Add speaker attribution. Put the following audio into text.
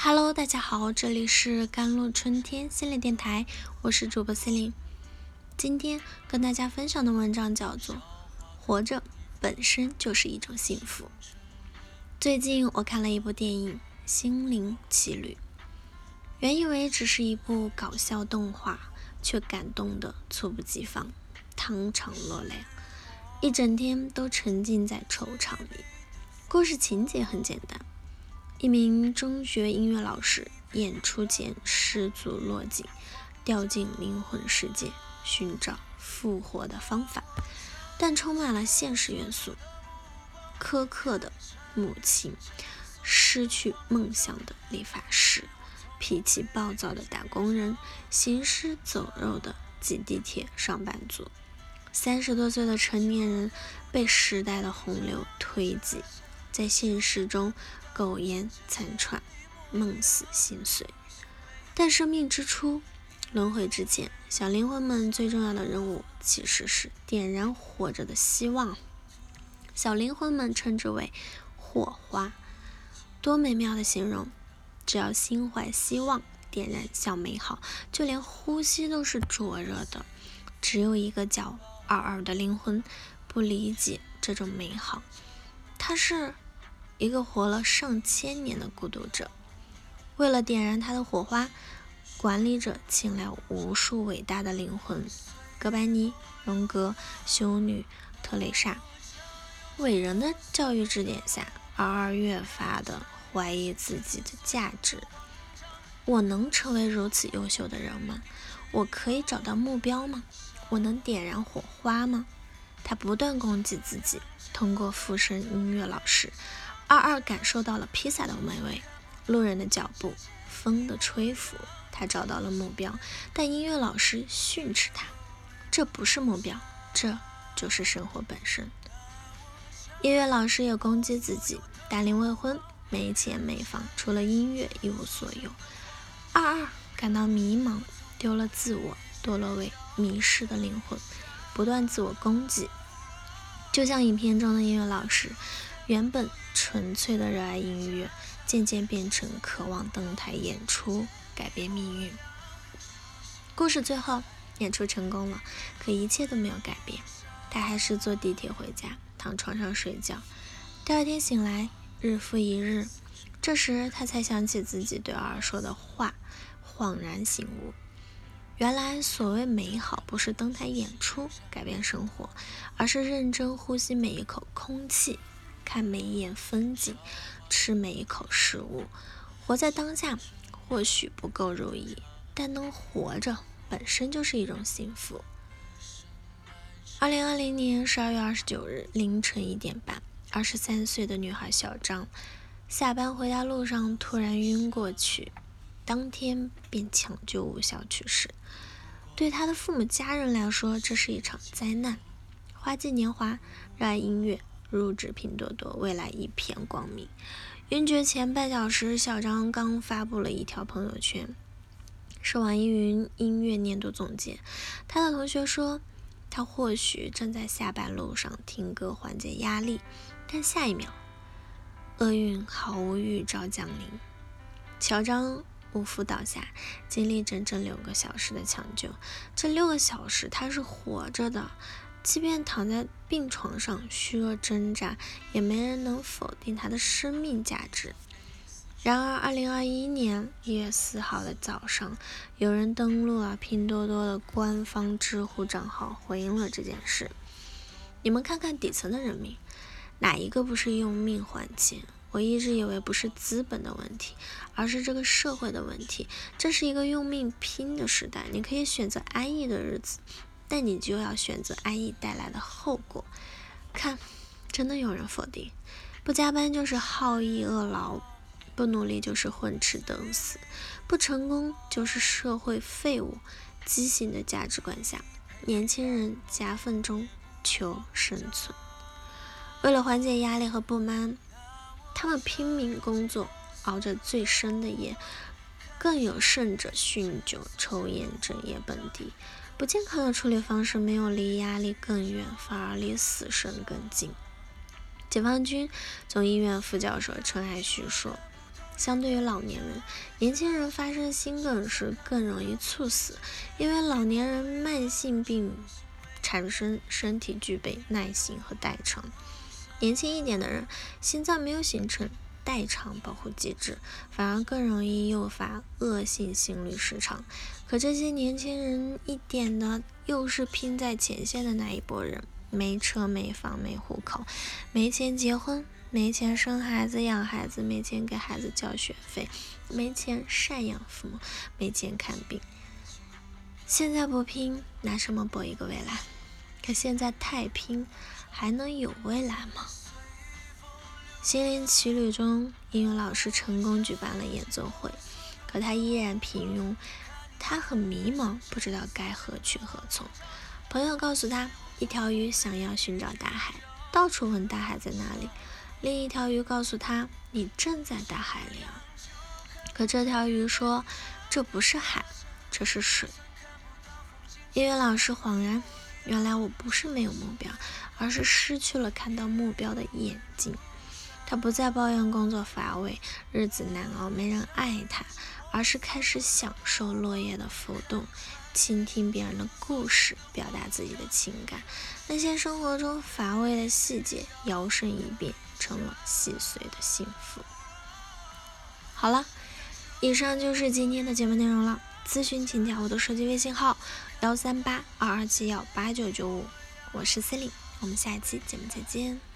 Speaker 1: Hello，大家好，这里是甘露春天心理电台，我是主播心灵。今天跟大家分享的文章叫做《活着本身就是一种幸福》。最近我看了一部电影《心灵奇旅》，原以为只是一部搞笑动画，却感动得猝不及防，当场落泪，一整天都沉浸在惆怅里。故事情节很简单，一名中学音乐老师演出前失足落井，掉进灵魂世界，寻找复活的方法，但充满了现实元素。苛刻的母亲，失去梦想的理发师，脾气暴躁的打工人，行尸走肉的挤地铁上班族，30多岁的成年人被时代的洪流推挤，在现实中苟延残喘，梦死心碎。但生命之初，轮回之前，小灵魂们最重要的任务其实是点燃活着的希望。小灵魂们称之为火花，多美妙的形容！只要心怀希望，点燃小美好，就连呼吸都是灼热的。只有一个叫22的灵魂不理解这种美好，他是一个活了上千年的孤独者。为了点燃他的火花，管理者请来无数伟大的灵魂，哥白尼、荣格、修女、特蕾莎。伟人的教育指点下，22越发的怀疑自己的价值。我能成为如此优秀的人吗？我可以找到目标吗？我能点燃火花吗？他不断攻击自己，通过附身音乐老师，22感受到了披萨的美味，路人的脚步，风的吹拂，他找到了目标，但音乐老师训斥他，这不是目标，这就是生活本身。音乐老师也攻击自己，大龄未婚，没钱没房，除了音乐一无所有。22感到迷茫，丢了自我，堕落为迷失的灵魂，不断自我攻击。就像影片中的音乐老师，原本纯粹的热爱音乐，渐渐变成渴望登台演出，改变命运。故事最后演出成功了，可一切都没有改变，他还是坐地铁回家，躺床上睡觉。第二天醒来，日复一日，这时他才想起自己对22说的话，恍然醒悟。原来所谓美好，不是登台演出改变生活，而是认真呼吸每一口空气，看每一眼风景，吃每一口食物。活在当下或许不够如意，但能活着本身就是一种幸福。2020年12月29日凌晨1点半，23岁的女孩小张下班回家路上突然晕过去，当天便抢救无效去世。对她的父母家人来说，这是一场灾难。花季年华，热爱音乐，入职拼多多，未来一片光明。晕厥前半小时，小张刚发布了一条朋友圈，是网易云音乐年度总结。他的同学说，他或许正在下班路上听歌缓解压力，但下一秒，厄运毫无预兆降临。小张匍匐倒下，经历整整6个小时的抢救。这6个小时他是活着的，即便躺在病床上虚弱挣扎，也没人能否定他的生命价值。然而2021年1月4号的早上，有人登录了拼多多的官方知乎账号，回应了这件事。你们看看底层的人民，哪一个不是用命换钱？我一直以为不是资本的问题，而是这个社会的问题。这是一个用命拼的时代，你可以选择安逸的日子，但你就要选择安逸带来的后果。看，真的有人否定，不加班就是好逸恶劳，不努力就是混吃等死，不成功就是社会废物。畸形的价值观下，年轻人夹缝中求生存。为了缓解压力和不满，他们拼命工作，熬着最深的夜，更有甚者酗酒、抽烟、整夜蹦迪。不健康的处理方式没有离压力更远，反而离死神更近。解放军总医院副教授陈海旭说， 相对于老年人，年轻人发生心梗时更容易猝死，因为老年人慢性病产生身体具备耐性和代偿。年轻一点的人，心脏没有形成代偿保护机制，反而更容易诱发恶性心律失常。可这些年轻人一点的又是拼在前线的那一拨人，没车没房没户口，没钱结婚，没钱生孩子养孩子，没钱给孩子交学费，没钱赡养父母，没钱看病。现在不拼，拿什么搏一个未来？可现在太拼，还能有未来吗？心灵奇旅中，音乐老师成功举办了演奏会，可他依然平庸，他很迷茫，不知道该何去何从。朋友告诉他，一条鱼想要寻找大海，到处问大海在哪里。另一条鱼告诉他，你正在大海里啊。可这条鱼说，这不是海，这是水。音乐老师恍然，原来我不是没有目标，而是失去了看到目标的眼睛。他不再抱怨工作乏味，日子难熬，没人爱他，而是开始享受落叶的浮动，倾听别人的故事，表达自己的情感。那些生活中乏味的细节，摇身一变成了细碎的幸福。好了，以上就是今天的节目内容了。咨询请加我的手机微信号13822718995，我是 Celine，我们下一期节目再见。